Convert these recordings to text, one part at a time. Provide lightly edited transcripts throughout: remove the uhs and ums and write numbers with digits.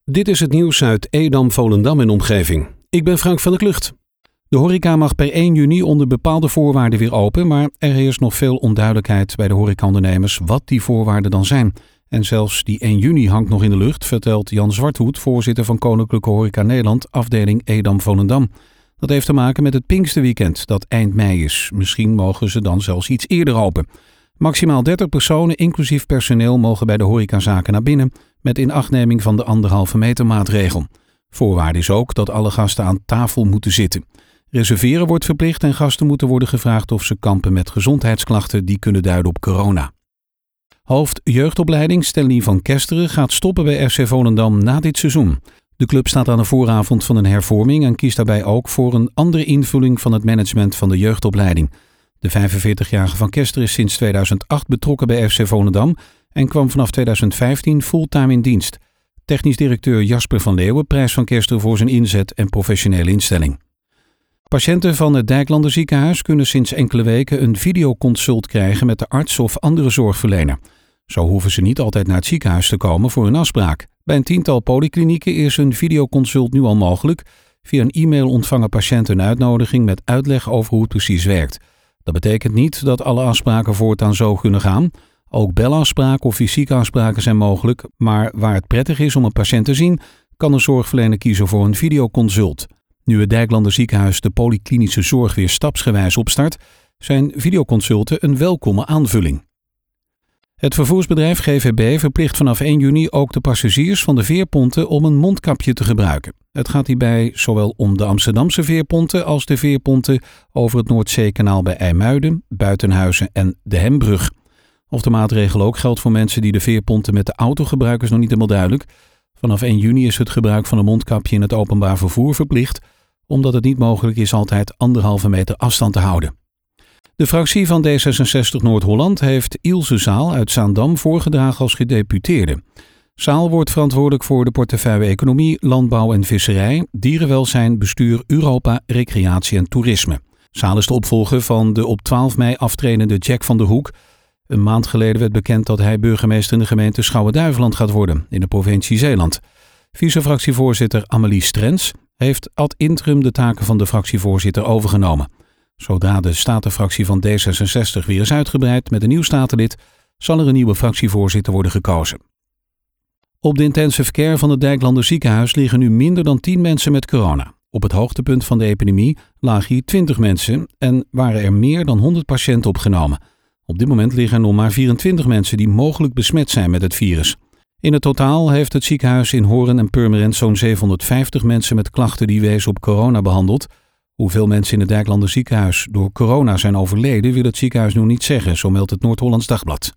Dit is het nieuws uit Edam, Volendam en omgeving. Ik ben Frank van der Klucht. De horeca mag per 1 juni onder bepaalde voorwaarden weer open, maar er heerst nog veel onduidelijkheid bij de horecaondernemers wat die voorwaarden dan zijn. En zelfs die 1 juni hangt nog in de lucht, vertelt Jan Zwarthoed, voorzitter van Koninklijke Horeca Nederland, afdeling Edam-Volendam. Dat heeft te maken met het Pinksterweekend dat eind mei is. Misschien mogen ze dan zelfs iets eerder open. Maximaal 30 personen, inclusief personeel, mogen bij de horecazaken naar binnen met inachtneming van de 1,5 meter maatregel. Voorwaarde is ook dat alle gasten aan tafel moeten zitten. Reserveren wordt verplicht en gasten moeten worden gevraagd of ze kampen met gezondheidsklachten die kunnen duiden op corona. Hoofd jeugdopleiding Stanley van Kesteren gaat stoppen bij FC Volendam na dit seizoen. De club staat aan de vooravond van een hervorming en kiest daarbij ook voor een andere invulling van het management van de jeugdopleiding. De 45-jarige Van Kesteren is sinds 2008 betrokken bij FC Volendam en kwam vanaf 2015 fulltime in dienst. Technisch directeur Jasper van Leeuwen prijst Van Kesteren voor zijn inzet en professionele instelling. Patiënten van het Dijklander ziekenhuis kunnen sinds enkele weken een videoconsult krijgen met de arts of andere zorgverlener. Zo hoeven ze niet altijd naar het ziekenhuis te komen voor een afspraak. Bij een 10-tal polyklinieken is een videoconsult nu al mogelijk. Via een e-mail ontvangen patiënten een uitnodiging met uitleg over hoe het precies werkt. Dat betekent niet dat alle afspraken voortaan zo kunnen gaan. Ook belafspraken of fysieke afspraken zijn mogelijk, maar waar het prettig is om een patiënt te zien, kan een zorgverlener kiezen voor een videoconsult. Nu het Dijklander ziekenhuis de polyklinische zorg weer stapsgewijs opstart, zijn videoconsulten een welkome aanvulling. Het vervoersbedrijf GVB verplicht vanaf 1 juni ook de passagiers van de veerponten om een mondkapje te gebruiken. Het gaat hierbij zowel om de Amsterdamse veerponten als de veerponten over het Noordzeekanaal bij IJmuiden, Buitenhuizen en de Hembrug. Of de maatregel ook geldt voor mensen die de veerponten met de auto gebruiken is nog niet helemaal duidelijk. Vanaf 1 juni is het gebruik van een mondkapje in het openbaar vervoer verplicht, omdat het niet mogelijk is altijd 1,5 meter afstand te houden. De fractie van D66 Noord-Holland heeft Ilse Zaal uit Zaandam voorgedragen als gedeputeerde. Zaal wordt verantwoordelijk voor de portefeuille Economie, Landbouw en Visserij, Dierenwelzijn, Bestuur, Europa, Recreatie en Toerisme. Zaal is de opvolger van de op 12 mei aftredende Jack van der Hoek. Een maand geleden werd bekend dat hij burgemeester in de gemeente Schouwen-Duiveland gaat worden, in de provincie Zeeland. Vice-fractievoorzitter Amelie Strens heeft ad interim de taken van de fractievoorzitter overgenomen. Zodra de statenfractie van D66 weer is uitgebreid met een nieuw statenlid, zal er een nieuwe fractievoorzitter worden gekozen. Op de intensive care van het Dijklander ziekenhuis liggen nu minder dan 10 mensen met corona. Op het hoogtepunt van de epidemie lagen hier 20 mensen en waren er meer dan 100 patiënten opgenomen. Op dit moment liggen er nog maar 24 mensen die mogelijk besmet zijn met het virus. In het totaal heeft het ziekenhuis in Hoorn en Purmerend zo'n 750 mensen met klachten die wezen op corona behandeld. Hoeveel mensen in het Dijklander ziekenhuis door corona zijn overleden wil het ziekenhuis nu niet zeggen, zo meldt het Noord-Hollands Dagblad.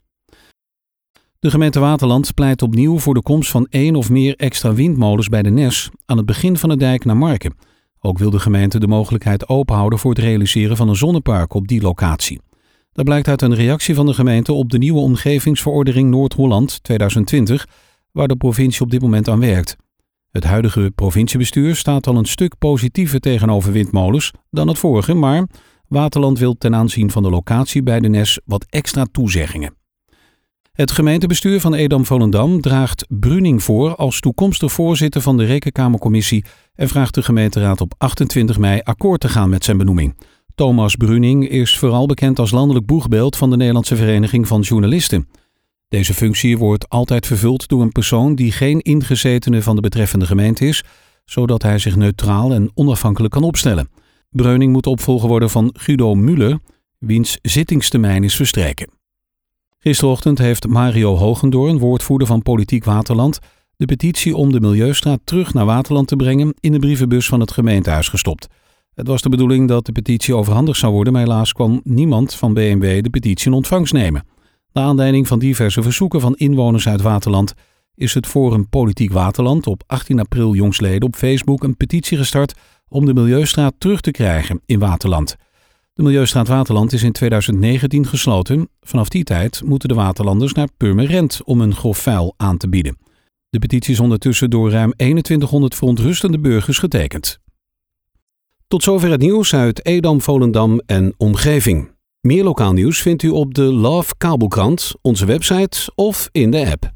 De gemeente Waterland pleit opnieuw voor de komst van 1 of meer extra windmolens bij de Nes aan het begin van de dijk naar Marken. Ook wil de gemeente de mogelijkheid openhouden voor het realiseren van een zonnepark op die locatie. Dat blijkt uit een reactie van de gemeente op de nieuwe omgevingsverordening Noord-Holland 2020, waar de provincie op dit moment aan werkt. Het huidige provinciebestuur staat al een stuk positiever tegenover windmolens dan het vorige, maar Waterland wil ten aanzien van de locatie bij de Nes wat extra toezeggingen. Het gemeentebestuur van Edam-Volendam draagt Bruning voor als toekomstig voorzitter van de Rekenkamercommissie en vraagt de gemeenteraad op 28 mei akkoord te gaan met zijn benoeming. Thomas Bruning is vooral bekend als landelijk boegbeeld van de Nederlandse Vereniging van Journalisten. Deze functie wordt altijd vervuld door een persoon die geen ingezetene van de betreffende gemeente is, zodat hij zich neutraal en onafhankelijk kan opstellen. Bruning moet opvolger worden van Guido Muller, wiens zittingstermijn is verstreken. Gisterochtend heeft Mario Hogendoorn, woordvoerder van Politiek Waterland, de petitie om de Milieustraat terug naar Waterland te brengen in de brievenbus van het gemeentehuis gestopt. Het was de bedoeling dat de petitie overhandigd zou worden, maar helaas kwam niemand van BMW de petitie in ontvangst nemen. Naar aanleiding van diverse verzoeken van inwoners uit Waterland is het Forum Politiek Waterland op 18 april jongstleden op Facebook een petitie gestart om de Milieustraat terug te krijgen in Waterland. De Milieustraat Waterland is in 2019 gesloten. Vanaf die tijd moeten de Waterlanders naar Purmerend om een grof vuil aan te bieden. De petitie is ondertussen door ruim 2100 verontrustende burgers getekend. Tot zover het nieuws uit Edam, Volendam en omgeving. Meer lokaal nieuws vindt u op de Love Kabelkrant, onze website of in de app.